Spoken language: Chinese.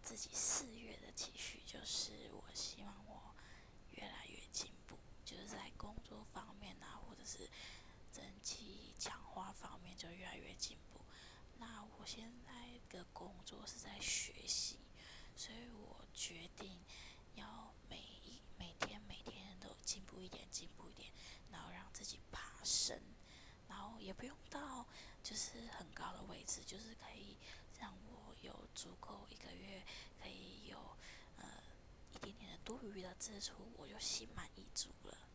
自己4月的期许就是我希望我越来越进步，就是在工作方面啊，或者是整体讲话方面就越来越进步。那我现在的工作是在学习，所以我决定要每天都进步一点，进步一点，然后让自己爬升，然后也不用到就是很高的位置，就是可以让我有足够一个月可以有一点点的多余的支出，我就心满意足了。